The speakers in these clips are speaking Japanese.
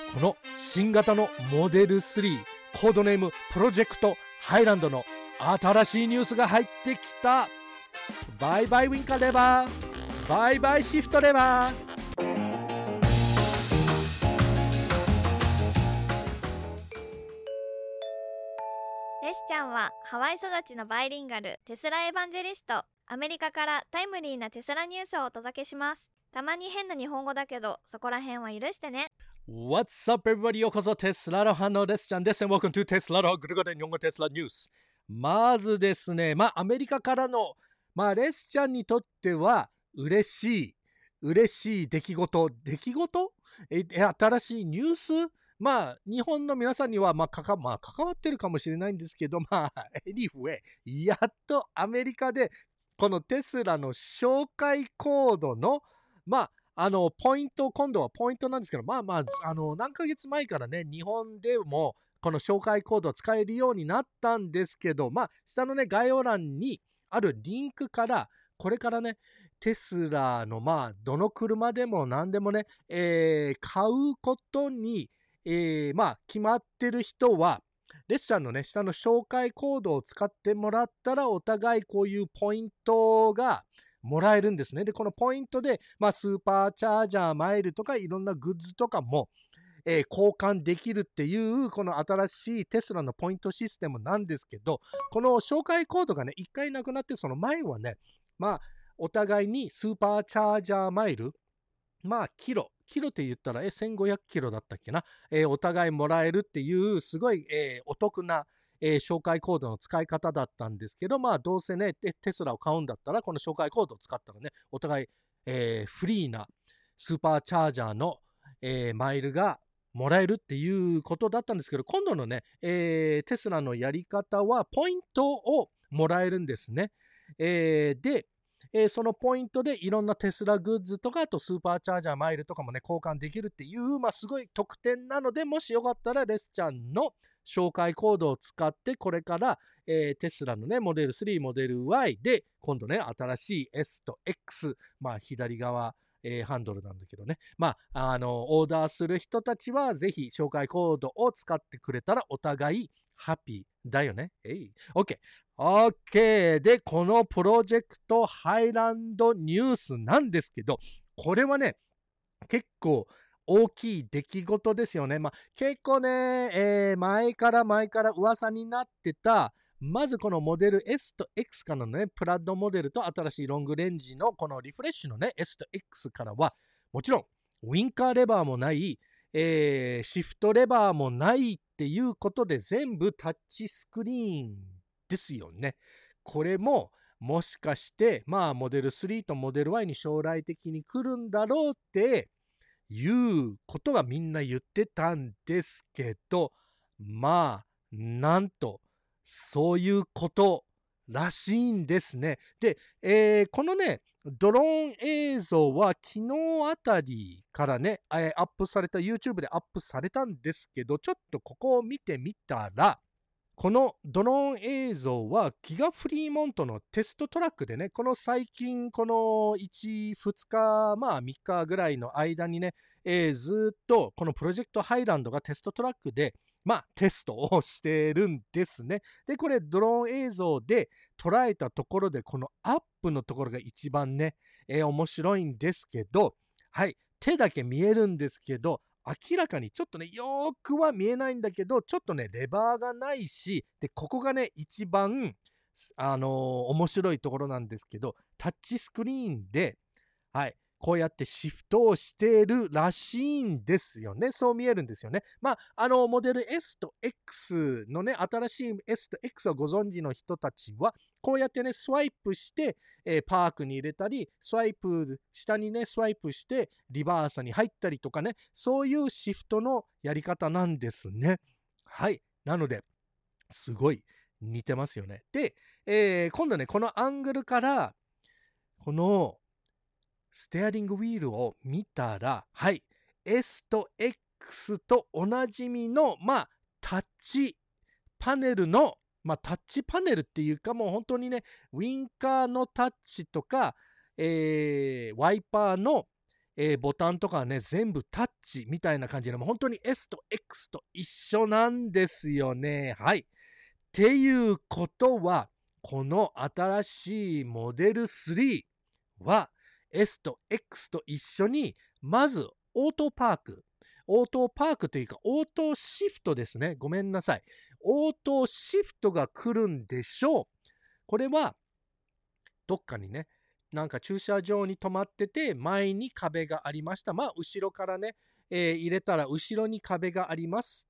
この新型のモデル3コードネームプロジェクトハイランドの新しいニュースが入ってきた。バイバイウィンカーレバー、バイバイシフトレバー。 レスちゃんはハワイ育ちのバイリンガルテスラエヴァンジェリスト。アメリカからタイムリーなテスラニュースをお届けします。たまに変な日本語だけどそこら辺は許してね。 What's up everybody、 ようこそテスラの反応レスちゃんです。 and welcome to テスラのグルゴで日本語テスラニュース。まずですね、アメリカからのレスちゃんにとっては嬉しい出来事新しいニュース、日本の皆さんには関わってるかもしれないんですけど、anyway、やっとアメリカでこのテスラの紹介コードのポイント、今度はポイントなんですけど、何ヶ月前からね、日本でもこの紹介コードを使えるようになったんですけど、下のね、概要欄にあるリンクから、これからね、テスラのどの車でも何でもね、買うことに、決まってる人は、レスちゃんのね、下の紹介コードを使ってもらったら、お互いこういうポイントがもらえるんですね。で、このポイントで、スーパーチャージャーマイルとかいろんなグッズとかも、交換できるっていう、この新しいテスラのポイントシステムなんですけど、この紹介コードがね、一回なくなって、その前はね、お互いにスーパーチャージャーマイル、キロって言ったら、1500キロだったっけな、お互いもらえるっていう、すごい、お得な、紹介コードの使い方だったんですけど、どうせね、テスラを買うんだったら、この紹介コードを使ったらね、お互い、フリーなスーパーチャージャーの、マイルがもらえるっていうことだったんですけど、今度のね、テスラのやり方は、ポイントをもらえるんですね。で、そのポイントでいろんなテスラグッズとか、あとスーパーチャージャーマイルとかもね、交換できるっていう、すごい特典なので、もしよかったらレスちゃんの紹介コードを使って、これから、テスラのね、モデル3、モデル Y で、今度ね、新しい S と X、左側、ハンドルなんだけどね。オーダーする人たちは、ぜひ紹介コードを使ってくれたら、お互いハッピーだよね。OK。で、このプロジェクトハイランドニュースなんですけど、これはね、結構大きい出来事ですよね。結構ね、前から噂になってた、まずこのモデル S と X からのね、プラッドモデルと新しいロングレンジのこのリフレッシュのね、S と X からは、もちろん、ウィンカーレバーもない、シフトレバーもないっていうことで、全部タッチスクリーンですよね。これも、もしかして、モデル3とモデル Y に将来的に来るんだろうっていうことがみんな言ってたんですけど、なんと、そういうことらしいんですね。で、このね、ドローン映像は昨日あたりからね、アップされた、YouTube でアップされたんですけど、ちょっとここを見てみたら、このドローン映像はギガフリーモントのテストトラックでね、この最近、この1、2日、3日ぐらいの間にね、ずっとこのプロジェクトハイランドがテストトラックで、テストをしてるんですね。で、これドローン映像で捉えたところで、このアップのところが一番ね、面白いんですけど、はい、手だけ見えるんですけど、明らかにちょっとね、よーくは見えないんだけど、ちょっとね、レバーがないし、で、ここがね、一番、面白いところなんですけど、タッチスクリーンで、はい、こうやってシフトをしているらしいんですよね。そう見えるんですよね。モデル S と X のね、新しい S と X をご存知の人たちは、こうやってね、スワイプして、パークに入れたり、下にね、スワイプして、リバーサに入ったりとかね、そういうシフトのやり方なんですね。はい。なので、すごい似てますよね。で、今度ね、このアングルから、このステアリングウィールを見たら、はい、S と X とおなじみの、タッチパネルの、タッチパネルっていうか、もう本当にね、ウィンカーのタッチとか、ワイパーの、 ボタンとかね、全部タッチみたいな感じで、もう本当に S と X と一緒なんですよね。はい。っていうことは、この新しいモデル3は S と X と一緒に、まずオートパークというか、オートシフトですね。ごめんなさい。オートシフトが来るんでしょう。これは、どっかにね、なんか駐車場に止まってて、前に壁がありました。まあ、後ろからね、入れたら後ろに壁がありますって、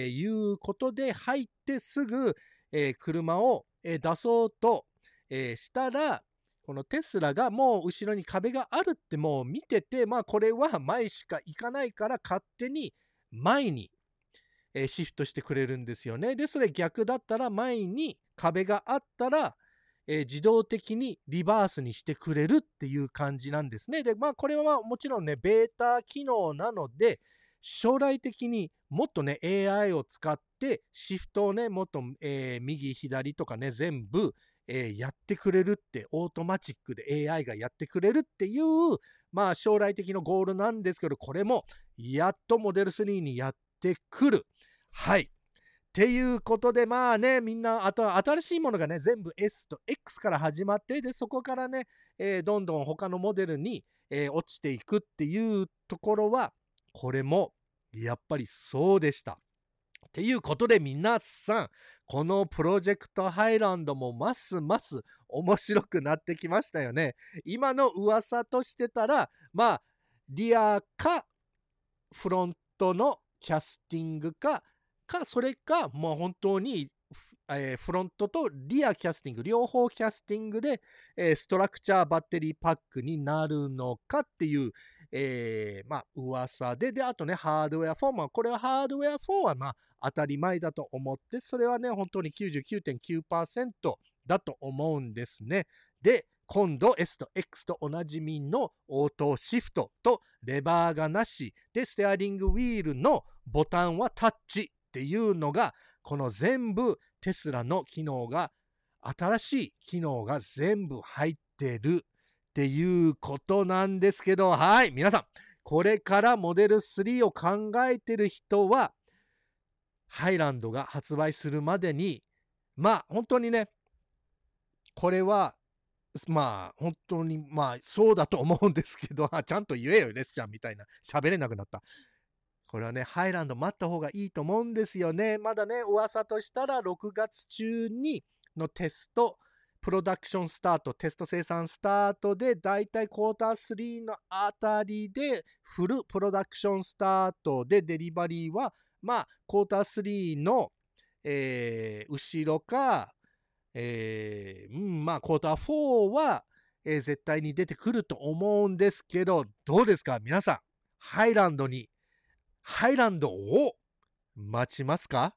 いうことで入ってすぐ、車を、出そうと、したら、このテスラがもう後ろに壁があるってもう見てて、まあこれは前しか行かないから勝手に前に、シフトしてくれるんですよね。で、それ逆だったら前に壁があったら、自動的にリバースにしてくれるっていう感じなんですね。で、まあこれはもちろんね、ベータ機能なので、将来的にもっとね、AI を使ってシフトをね、もっと、右、左とかね、全部、やってくれるって、オートマチックで AI がやってくれるっていう、まあ将来的なゴールなんですけど、これもやっとモデル3にやってくる。はい。っていうことで、まあね、みんな、あとは新しいものがね、全部 S と X から始まって、で、そこからね、どんどん他のモデルに、落ちていくっていうところは、これもやっぱりそうでした。っていうことで皆さん、このプロジェクトハイランドもますます面白くなってきましたよね。今の噂としてたら、まあ、リアかフロントのキャスティングか、それか、もう本当に、フロントとリアキャスティング、両方キャスティングで、ストラクチャーバッテリーパックになるのかっていう、まあ、噂で、あとね、ハードウェア4、これはハードウェア4は、まあ、当たり前だと思って、それはね、本当に 99.9% だと思うんですね。で、今度 S と X とおなじみのオートシフトとレバーがなしで、ステアリングウィールのボタンはタッチっていうのが、この全部テスラの機能が、新しい機能が全部入ってるっていうことなんですけど、はい、皆さん、これからモデル3を考えてる人は、ハイランドが発売するまでに、まあ本当にね、これはまあ本当にまあそうだと思うんですけど、ちゃんと言えよレスちゃんみたいな、喋れなくなった。これはね、ハイランド待った方がいいと思うんですよね。まだね、噂としたら6月中にのテスト、プロダクションスタート、テスト生産スタートで、だいたいクォーター3のあたりで、フルプロダクションスタートで、デリバリーは、まあ、クォーター3の、後ろか、まあ、クォーター4は、絶対に出てくると思うんですけど、どうですか皆さん、ハイランドを待ちますか？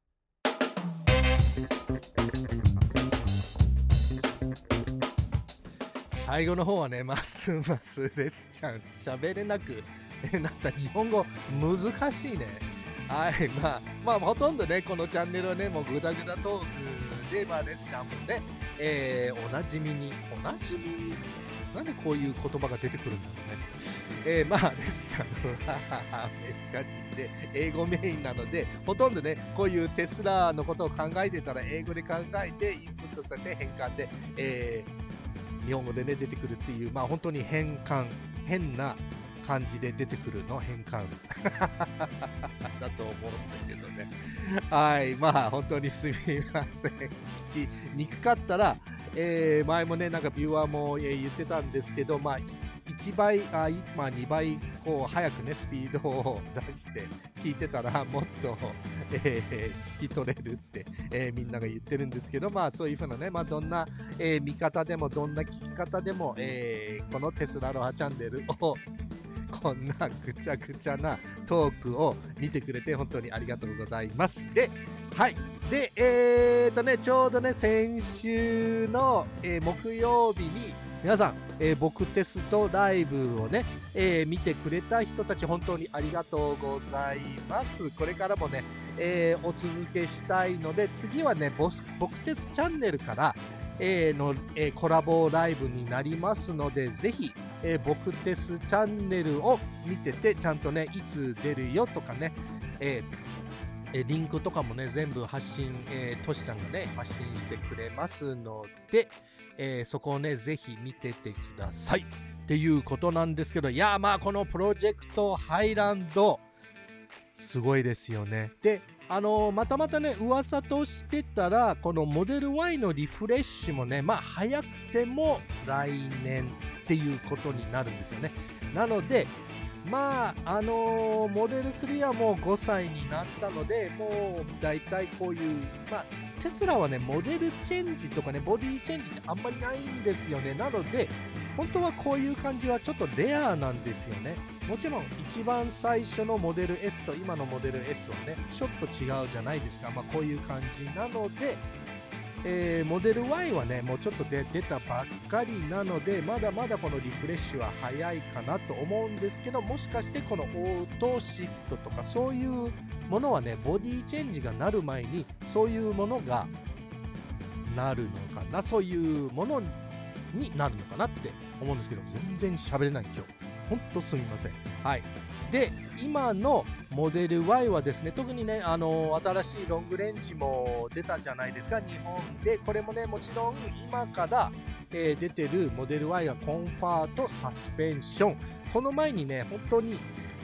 最後の方はね、ますますレスちゃん喋れなくなった。日本語難しいね。はい、まあほとんどね、このチャンネルはね、もうグダグダトークで、まあレスちゃんもね、おなじみに、なんでこういう言葉が出てくるんだろうね。まあレスちゃんはアメリカ人で英語メインなので、ほとんどね、こういうテスラのことを考えてたら英語で考えてインプットされて変換で、日本語でね出てくるっていう、まあ本当に変な感じで出てくるの変換だと思うんだけどね。はい、まあ本当にすみません。聞きにくかったら、前もねなんかビューアーも、言ってたんですけど、まあ1倍まあ2倍こう早くねスピードを出して聞いてたらもっと、聞き取れるって、みんなが言ってるんですけど、まあそういうふうなね、まあどんな、見方でもどんな聞き方でも、このテスラロハチャンネルをこんなぐちゃぐちゃなトークを見てくれて本当にありがとうございます。で、はい。で、ちょうどね、先週の、木曜日に、皆さん、僕テストライブをね、見てくれた人たち本当にありがとうございます。これからもね、お続けしたいので、次はね、僕テスチャンネルから、の、コラボライブになりますので、ぜひ、 僕テスチャンネルを見てて、ちゃんとねいつ出るよとかね、リンクとかもね全部発信、トシちゃんがね発信してくれますので、そこをねぜひ見ててくださいっていうことなんですけど、いやまあこのプロジェクトハイランドすごいですよね。でまたまたね噂としてたら、このモデル Y のリフレッシュもねまあ早くても来年っていうことになるんですよね。なのでまあモデル3はもう5歳になったので、もうだいたいこういうまあテスラはねモデルチェンジとかねボディチェンジってあんまりないんですよね。なので本当はこういう感じはちょっとレアなんですよね。もちろん一番最初のモデル S と今のモデル S はねちょっと違うじゃないですか。まあこういう感じなので、モデル Y はねもうちょっと出たばっかりなので、まだまだこのリフレッシュは早いかなと思うんですけど、もしかしてこのオートシフトとかそういうものはねボディチェンジがなる前にそういうものがなるのかな、そういうものになるのかなって思うんですけど、全然喋れない今日ほんとすみません。はい。で今のモデル Y はですね、特にね新しいロングレンジも出たじゃないですか、日本で。これもねもちろん今から、出てるモデル Y はコンファートサスペンション、この前にね本当に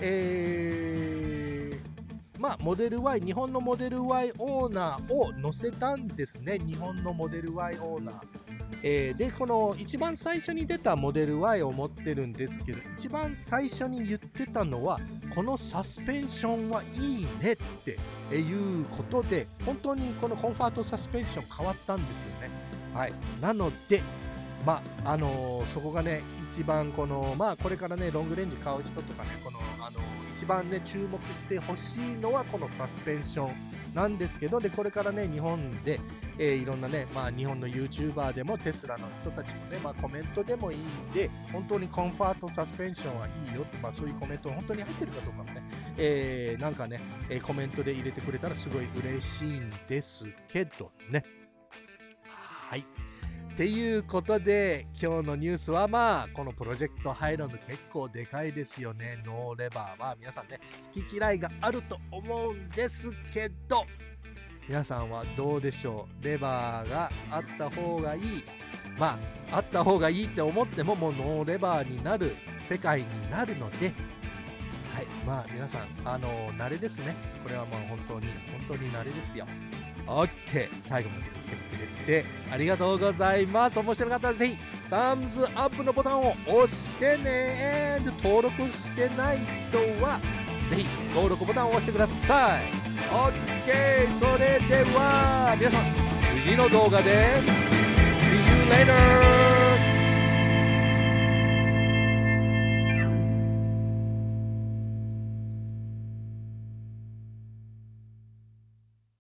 まあモデル Y、 日本のモデル Y オーナーを載せたんですね。日本のモデル Y オーナーでこの一番最初に出たモデル Y を持ってるんですけど、一番最初に言ってたのはこのサスペンションはいいねっていうことで、本当にこのコンファートサスペンション変わったんですよね。はい。なのでまあそこがね一番このまあこれからねロングレンジ買う人とかね、この一番ね注目してほしいのはこのサスペンションなんですけど、でこれからね日本でいろんなね、まあ、日本の YouTuber でもテスラの人たちもね、まあ、コメントでもいいんで、本当にコンファートサスペンションはいいよって、まあ、そういうコメント本当に入ってるかどうかもね、なんかね、コメントで入れてくれたらすごい嬉しいんですけどね。はい。っていうことで今日のニュースはまあこのプロジェクトハイランド結構でかいですよね。ノーレバーは皆さんね好き嫌いがあると思うんですけど、皆さんはどうでしょう。レバーがあった方がいい、まああった方がいいって思ってももうノーレバーになる世界になるので、はい、まあ皆さん慣れですね。これはまあ本当に慣れですよ。OK、 最後まで見てくれてありがとうございます。面白かったらぜひタムズアップのボタンを押してね。登録してない人はぜひ登録ボタンを押してください。 OK、 それでは皆さん次の動画で See you later